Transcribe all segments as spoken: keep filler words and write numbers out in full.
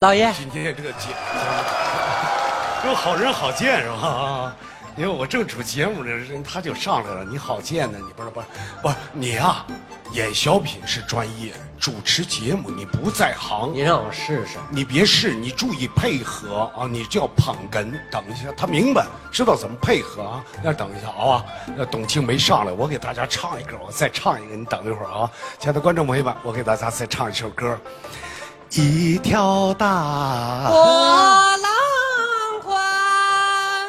老爷， 今天这个节有好人好见是吧？啊，因为我正主节目呢，人他就上来了。你好见呢？你不是不是不是你呀、啊？演小品是专业，主持节目你不在行。 你让我试试， 你别试，你注意配合啊！你叫捧哏。等一下，他明白，知道怎么配合啊？要等一下啊！那董卿没上来，我给大家唱一歌，我再唱一个，你等一会儿啊！亲爱的观众朋友们，我给大家再唱一首歌。一条大波浪宽。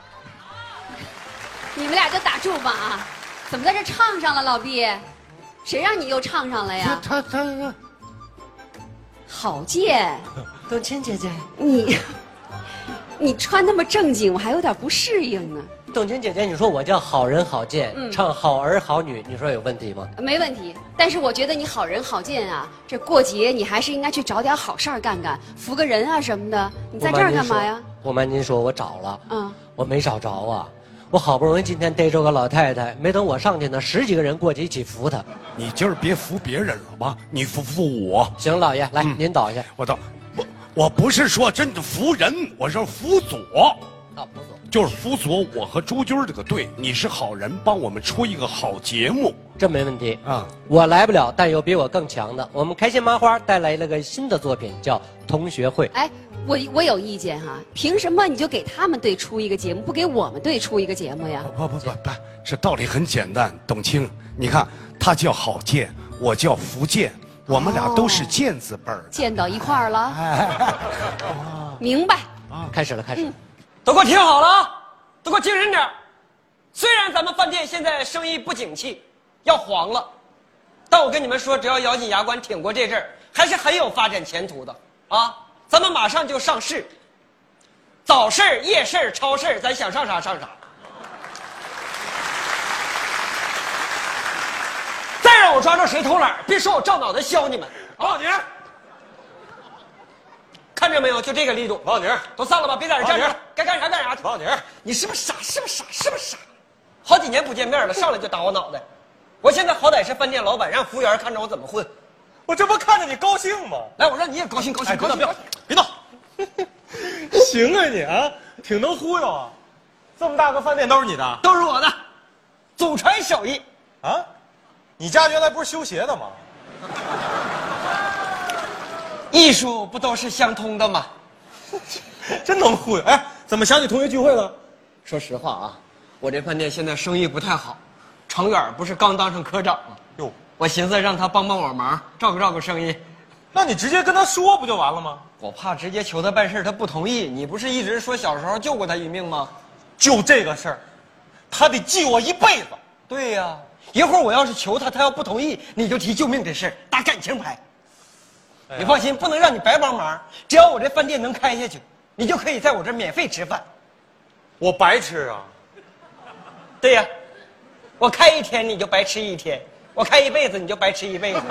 你们俩就打住吧啊！怎么在这唱上了，老毕？谁让你又唱上了呀？ 他他他， 郝建， 董卿姐姐， 你你穿那么正经，我还有点不适应呢。 董卿姐姐，你说我叫好人好见， 嗯唱好儿好女，你说有问题吗？ 没问题，但是我觉得你好人好见啊，这过节你还是应该去找点好事儿干干，扶个人啊什么的。你在这儿干嘛呀？ 不瞒您说，我找了， 嗯， 我没找着啊。我好不容易今天逮着个老太太，没等我上去呢，十几个人过去一起扶她。 你今儿别扶别人了吧，你扶扶我。 行，老爷，来， 嗯您倒下。 我倒，我我不是说真的扶人，我是辅佐。 啊，不错， 就是辅佐我和朱军这个队，你是好人，帮我们出一个好节目， 这没问题啊。 我来不了，但有比我更强的。我们开心麻花带来了个新的作品，叫《同学会》。 哎，我我有意见哈，凭什么你就给他们队出一个节目，不给我们队出一个节目呀？ 不不不不，这道理很简单。董卿，你看他叫郝建，我叫福建，我们俩都是建字辈儿。 见到一块儿了， 哎， 明白？ 开始了，开始了。 嗯都给我听好了啊！都给我精神点。虽然咱们饭店现在生意不景气，要黄了，但我跟你们说，只要咬紧牙关挺过这阵儿，还是很有发展前途的啊！咱们马上就上市，早市、夜市、超市，咱想上啥上啥。再让我抓住谁偷懒，别说我照脑袋削你们！ 王小宁， 看着没有？就这个力度。 王小宁， 都散了吧，别在这站着了，该干啥干啥去。 王小宁， 你是不是傻？是不是傻？是不是傻？好几年不见面了，上来就打我脑袋。我现在好歹是饭店老板，让服务员看着我怎么混。 我这不看着你高兴吗？ 来，我让你也高兴高兴。 哎，别闹， 高兴别闹，别闹。行啊你啊，挺能忽悠啊！这么大个饭店都是你的都是我的，祖传手艺。 啊？你家原来不是修鞋的吗？ 艺术不都是相通的吗？ 真能忽悠！哎，怎么想起同学聚会了？ 说实话啊，我这饭店现在生意不太好，程远不是刚当上科长吗？ 哟， 我寻思让他帮帮我忙，照顾照顾生意。 那你直接跟他说不就完了吗？ 我怕直接求他办事，他不同意。你不是一直说小时候救过他一命吗？ 就这个事儿，他得记我一辈子。 对呀，一会儿我要是求他，他要不同意，你就提救命这事儿，打感情牌。 哎呀你放心，不能让你白帮忙。只要我这饭店能开下去，你就可以在我这儿免费吃饭。 我白吃啊！ 对呀，我开一天你就白吃一天，我开一辈子你就白吃一辈子。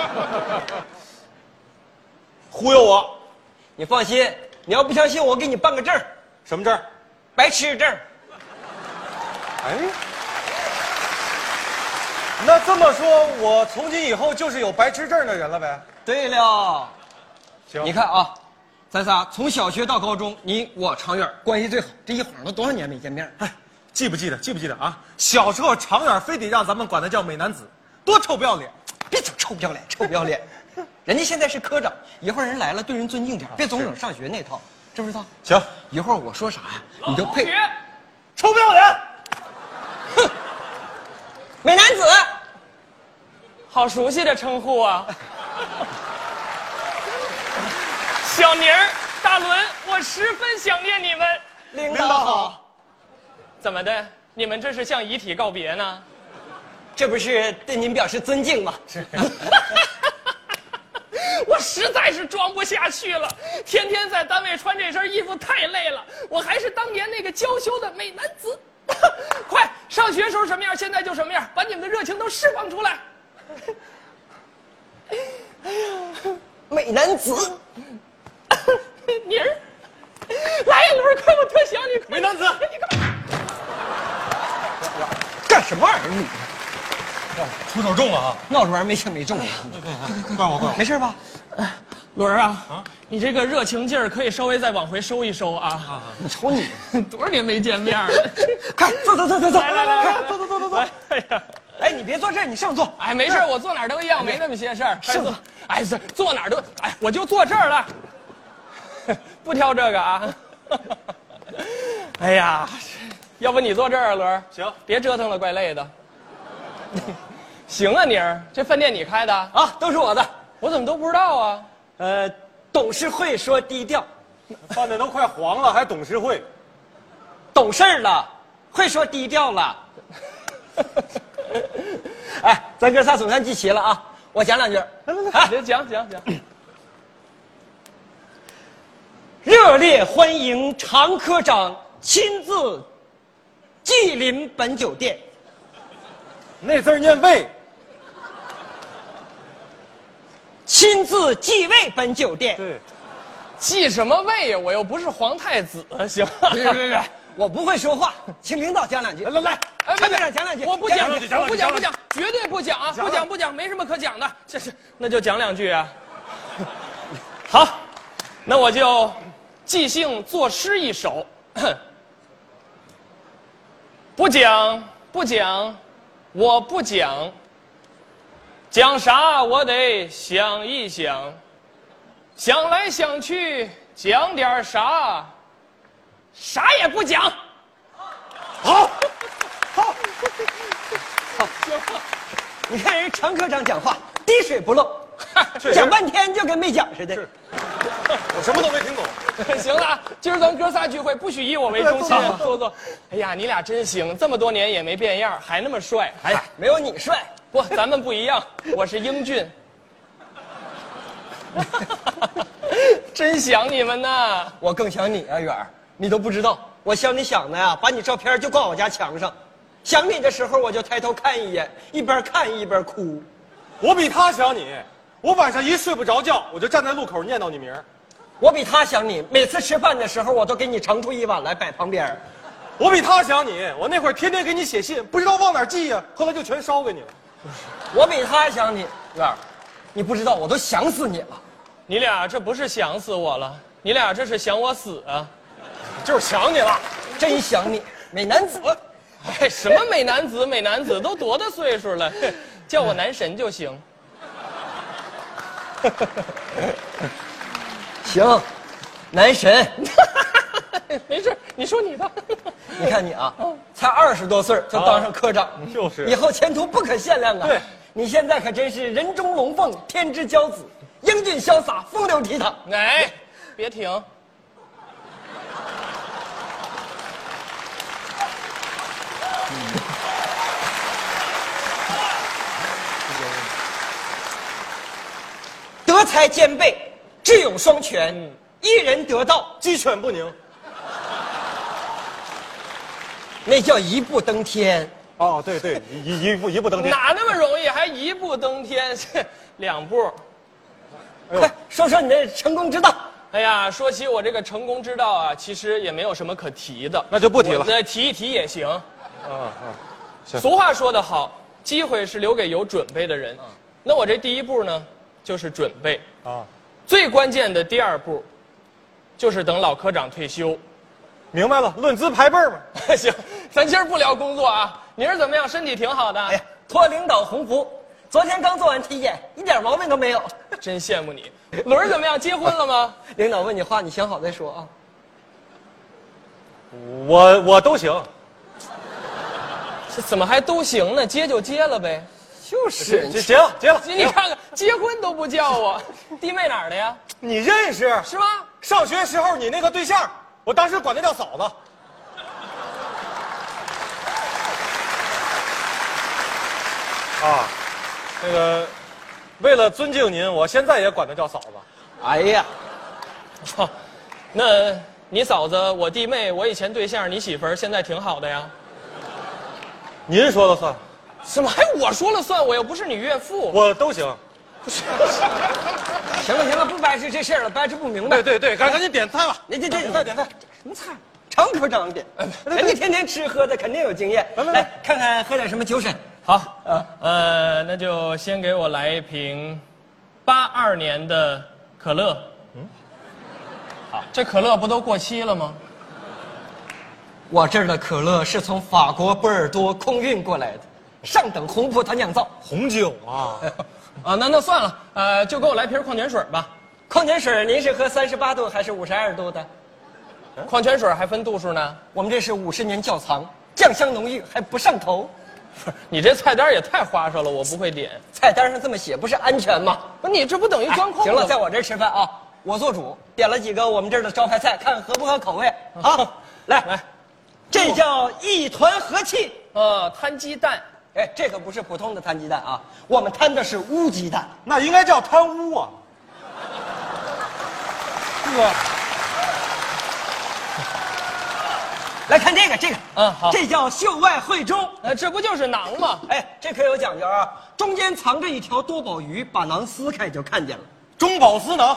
忽悠我？ 你放心，你要不相信我，给你办个证儿， 什么证儿？ 白吃证儿。 哎，那这么说，我从今以后就是有白痴证的人了呗？ 对了， 行， 你看啊，咱仨从小学到高中，你我常远关系最好，这一晃都多少年没见面？ 哎，记不记得？记不记得啊？小时候常远非得让咱们管他叫美男子，多臭不要脸！ 别总臭不要脸，臭不要脸。人家现在是科长，一会儿人来了，对人尊敬点，别总整上学那套，知不知道？ 行， 一会儿我说啥呀，你就配。 臭不要脸！ 哼，美男子， 好熟悉的称呼啊！小宁儿、大伦，我十分想念你们。 领导好。 怎么的？你们这是向遗体告别呢？ 这不是对您表示尊敬吗？是。 我实在是装不下去了，天天在单位穿这身衣服太累了。我还是当年那个娇羞的美男子。快，上学时候什么样，现在就什么样，把你们的热情都释放出来。 哎呀，美男子， 妮儿，来呀，伦，快，我特想你。 美男子， 你干嘛？ 干什么玩意儿你？ 出手重了啊！ 闹着玩意儿没轻没重的。 怪我怪我， 没事吧？ 伦儿啊，啊你这个热情劲儿可以稍微再往回收一收啊！ 你瞅你， 多少年没见面了， 快坐坐坐坐坐， 来来来来， 坐坐坐坐坐。 哎呀， 哎，你别坐这儿，你上座。 哎，没事，我坐哪儿都一样，没那么些事儿。上座，哎，坐坐哪儿都，哎，我就坐这儿了，不挑这个啊。哎呀，要不你坐这儿，轮行， 别折腾了，怪累的。行啊，妮儿，这饭店你开的啊，都是我的。 我怎么都不知道啊？ 呃，董事会说低调， 饭店都快黄了，还董事会？ 懂事儿了，会说低调了。哎，咱哥仨总算集齐了啊！我讲两句。 来来来，别讲讲讲。 热烈欢迎常科长亲自莅临本酒店。 那字儿念魏。 亲自继位本酒店。 对， 继什么位呀？我又不是皇太子。行， 别别别，我不会说话，请领导讲两句。来来来， 哎， 常科长讲两句。 我不讲， 讲我不讲，不讲，绝对不讲啊！不讲不讲，没什么可讲的。这是，那就讲两句啊。好，那我就即兴作诗一首。不讲不讲，我不讲。讲啥我得想一想，想来想去讲点啥，啥也不讲。 好，好，好，你看人常科长讲话滴水不漏，讲半天就跟没讲似的。 我什么都没听懂。 行了啊，今儿咱哥仨聚会不许以我为中心，坐坐。哎呀，你俩真行，这么多年也没变样，还那么帅。 哎呀，没有你帅。 不，咱们不一样，我是英俊。真想你们呐！ 我更想你啊，远儿，你都不知道，我想你想的呀，把你照片就挂我家墙上。想你的时候，我就抬头看一眼，一边看一边哭。 我比他想你，我晚上一睡不着觉，我就站在路口念叨你名儿。 我比他想你，每次吃饭的时候，我都给你盛出一碗来摆旁边。 我比他想你，我那会儿天天给你写信，不知道往哪儿寄呀，后来就全烧给你了。 我比他想你，远儿，你不知道，我都想死你了。 你俩这不是想死我了，你俩这是想我死啊！ 就是想你了， 真想你，美男子。 哎，什么美男子，美男子都多大岁数了，叫我男神就行。 行，男神。 没事，你说你的。 你看你啊，才二十多岁就当上科长， 就是， 以后前途不可限量啊！ 对， 你现在可真是人中龙凤，天之骄子，英俊潇洒，风流倜傥。 哎，别停。 德才兼备，智勇双全，嗯、一人得道， 鸡犬不宁。 那叫一步登天。 哦，对对，一一步一步登天。 哪那么容易，还一步登天？两步。 哎、快说说你的成功之道。 哎呀，说起我这个成功之道啊，其实也没有什么可提的。 那就不提了。 那提一提也行。 嗯嗯，行。 俗话说得好，机会是留给有准备的人。那我这第一步呢，就是准备啊。最关键的第二步，就是等老科长退休。 明白了，论资排辈嘛。 行，咱今儿不聊工作啊。你是怎么样？身体挺好的。 哎呀，托领导鸿福，昨天刚做完体检，一点毛病都没有。 真羡慕你。轮儿怎么样？结婚了吗？ 领导问你话，你想好再说啊。 我我都行。 这怎么还都行呢？接就接了呗。 就是结结了结了。 你看看，结婚都不叫我。弟妹哪儿的呀？ 你认识是吗？ 上学时候你那个对象，我当时管她叫嫂子。啊，那个，为了尊敬您，我现在也管她叫嫂子。 哎呀， 哦，那你嫂子、我弟妹、我以前对象、你媳妇儿，现在挺好的呀？ 您说了算。 怎么还我说了算？我又不是你岳父。 我都行。 行了行了，不掰扯这事儿了，掰扯不明白。 对对对，赶赶紧点菜吧。 你这这点菜点菜， 什么菜？常科长点，人家天天吃喝的，肯定有经验。来来，看看喝点什么酒水。 好，啊，呃，那就先给我来一瓶八二年的可乐。嗯， 好，这可乐不都过期了吗？ 我这儿的可乐是从法国波尔多空运过来的，上等红葡萄酿造。 红酒啊！ 啊，那那算了，呃，就给我来瓶矿泉水吧。 矿泉水您是喝三十八度还是五十二度的？ 矿泉水还分度数呢？ 我们这是五十年窖藏，酱香浓郁还不上头。 你这菜单也太花哨了，我不会点。 菜单上这么写，不是安全吗？ 不，你这不等于钻空子、 哎？行了，在我这儿吃饭啊，我做主，点了几个我们这儿的招牌菜，看合不合口味。好，来来，这叫一团和气。 呃，摊鸡蛋。 哎，这可不是普通的摊鸡蛋啊，我们摊的是乌鸡蛋， 那应该叫贪污啊。这个。 来看这个，这个， 嗯，好， 这叫袖外慧中， 呃，这不就是馕吗？ 哎，这可有讲究啊，中间藏着一条多宝鱼，把馕撕开就看见了。 中饱私囊。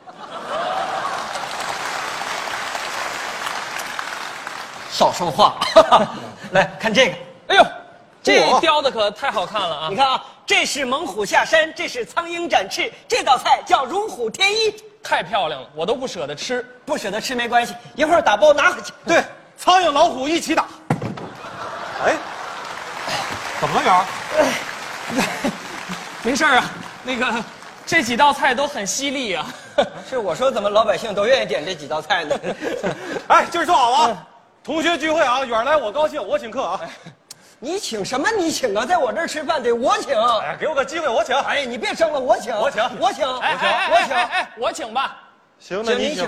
少说话。来看这个， 哎呦，这雕的可太好看了啊！ 你看啊，这是猛虎下山，这是苍鹰展翅，这道菜叫如虎添翼， 太漂亮了，我都不舍得吃。 不舍得吃没关系，一会儿打包拿回去。 对。苍蝇老虎一起打。哎，怎么了，圆儿？ 没事啊，那个这几道菜都很犀利啊。 是我说，怎么老百姓都愿意点这几道菜呢？ 哎，今儿说好了，同学聚会啊，远来我高兴，我请客啊。 你请什么？你请啊，在我这儿吃饭得我请。 哎呀，给我个机会，我请。 哎，你别生了，我请， 我请， 我请， 哎哎我请， 哎哎，我请吧。 行，那你请。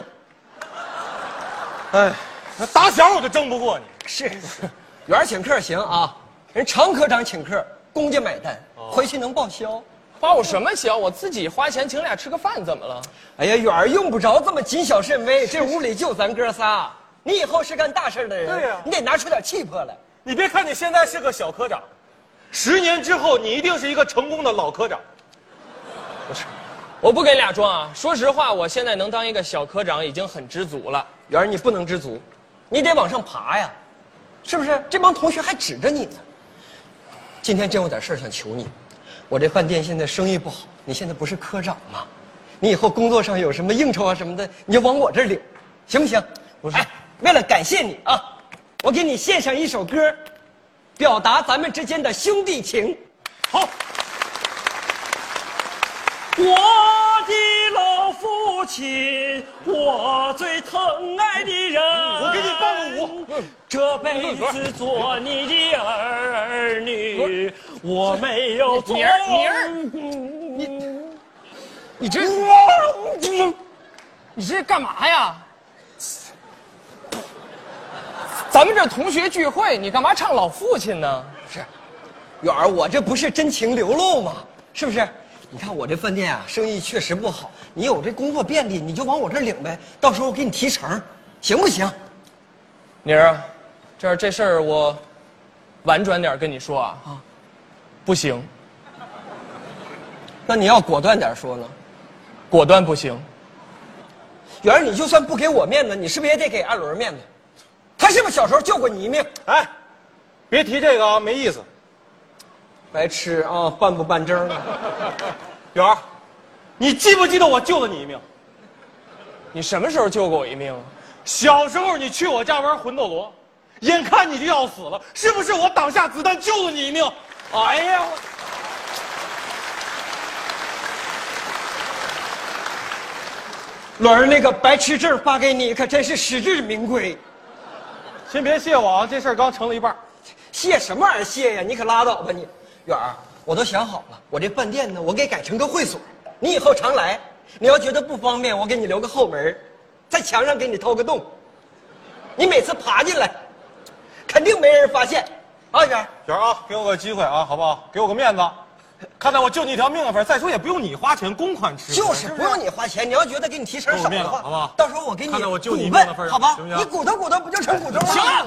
哎。那打小我就争不过你。 是，园儿请客行啊，人常科长请客，公家买单，回去能报销。 报什么销？我自己花钱请俩吃个饭，怎么了？ 哎呀，远儿用不着这么谨小慎微，这屋里就咱哥仨。你以后是干大事的人， 对呀， 你得拿出点气魄来。 你别看你现在是个小科长，十年之后你一定是一个成功的老科长。 不是，我不给俩装啊。说实话，我现在能当一个小科长已经很知足了。 远儿，你不能知足，你得往上爬呀，是不是？这帮同学还指着你呢。今天真有点事儿想求你，我这饭店现在生意不好，你现在不是科长吗？你以后工作上有什么应酬啊什么的，你就往我这儿领，行不行？ 不是， 哎，为了感谢你啊，我给你献上一首歌，表达咱们之间的兄弟情。 好。 我的老父亲，我最疼爱的人， 我给你伴个舞。 这辈子做你的儿女，我没有做。 妮儿，妮儿，你你这你这干嘛呀？咱们这同学聚会，你干嘛唱老父亲呢？ 不是，远儿，我这不是真情流露吗？是不是？你看我这饭店啊，生意确实不好。你有这工作便利，你就往我这儿领呗。到时候我给你提成，行不行？ 妮儿啊，这儿这事儿我婉转点跟你说啊，啊，不行。 那你要果断点说呢？ 果断不行。 远儿，你就算不给我面子，你是不是也得给二轮面子？他是不是小时候救过你一命？ 哎，别提这个啊，没意思。 白痴啊，办不办证啊？ 圆儿，你记不记得我救了你一命？ 你什么时候救过我一命？ 小时候你去我家玩魂斗罗，眼看你就要死了，是不是我挡下子弹救了你一命？哎呀，我轮儿那个白痴证发给你，可真是实至名归。 先别谢我啊，这事儿刚成了一半。 谢什么玩意儿谢呀？你可拉倒吧你！远儿，我都想好了，我这饭店呢，我给改成个会所，你以后常来。你要觉得不方便，我给你留个后门，在墙上给你掏个洞，你每次爬进来，肯定没人发现。啊，远儿， 圆儿啊，给我个机会啊，好不好？给我个面子，看在我救你一条命的份儿，再说也不用你花钱，公款吃。 就是不用你花钱，你要觉得给你提成少的话， 好不好？ 到时候我给你看在我救你一股份命的份上， 好吧？ 行不行？ 你鼓捣鼓捣，不就成股东了？ 行了，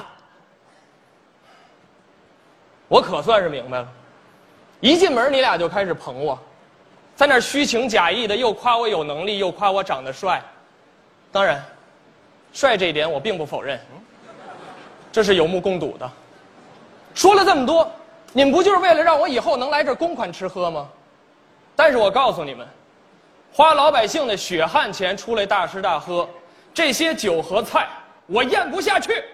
我可算是明白了。一进门你俩就开始捧我，在那儿虚情假意的，又夸我有能力，又夸我长得帅。当然，帅这一点我并不否认，这是有目共睹的。说了这么多，你们不就是为了让我以后能来这儿公款吃喝吗？但是我告诉你们，花老百姓的血汗钱出来大吃大喝， 这些酒和菜我咽不下去。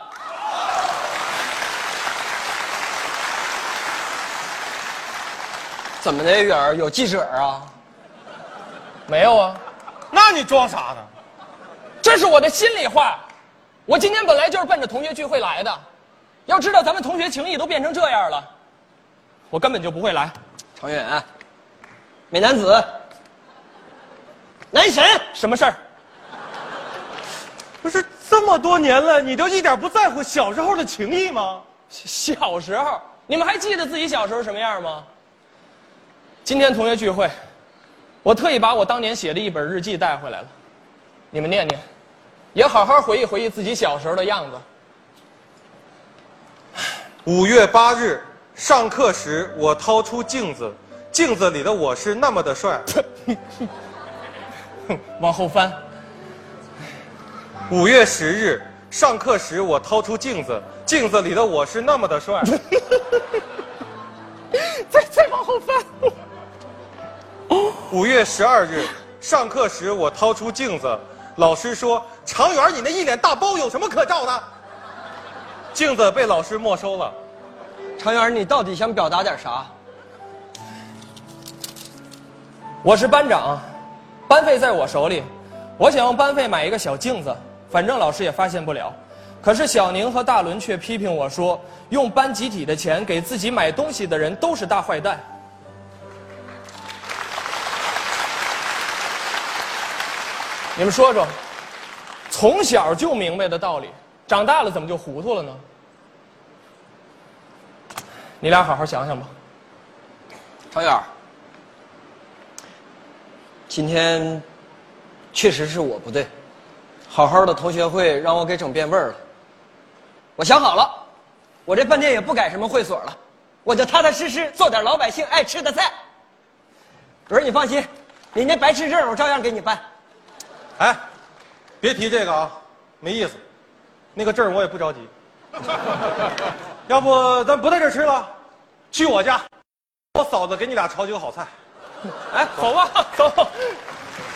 怎么的，远儿有记者啊？ 没有啊， 那你装啥呢？ 这是我的心里话。我今天本来就是奔着同学聚会来的，要知道咱们同学情谊都变成这样了，我根本就不会来。 常远，美男子，男神， 什么事儿？ 不是这么多年了，你就一点不在乎小时候的情谊吗？ 小时候，你们还记得自己小时候什么样吗？今天同学聚会，我特意把我当年写的一本日记带回来了，你们念念，也好好回忆回忆自己小时候的样子。 五月八日上课时，我掏出镜子，镜子里的我是那么的帅。 往后翻。 五月十日上课时，我掏出镜子，镜子里的我是那么的帅。 再再往后翻。 五月十二日上课时，我掏出镜子，老师说：“常远，你那一脸大包有什么可照的？”镜子被老师没收了。 常远，你到底想表达点啥？ 我是班长，班费在我手里，我想用班费买一个小镜子，反正老师也发现不了。可是小宁和大伦却批评我说，用班集体的钱给自己买东西的人都是大坏蛋。你们说说，从小就明白的道理，长大了怎么就糊涂了呢？你俩好好想想吧。 常远，今天确实是我不对，好好的同学会让我给整变味儿了。我想好了，我这饭店也不改什么会所了，我就踏踏实实做点老百姓爱吃的菜。不是，你放心，你那白痴证我照样给你办。 哎，别提这个啊，没意思。那个证我也不着急。要不咱不在这儿吃了，去我家，我嫂子给你俩炒几个好菜。 哎，走吧，走。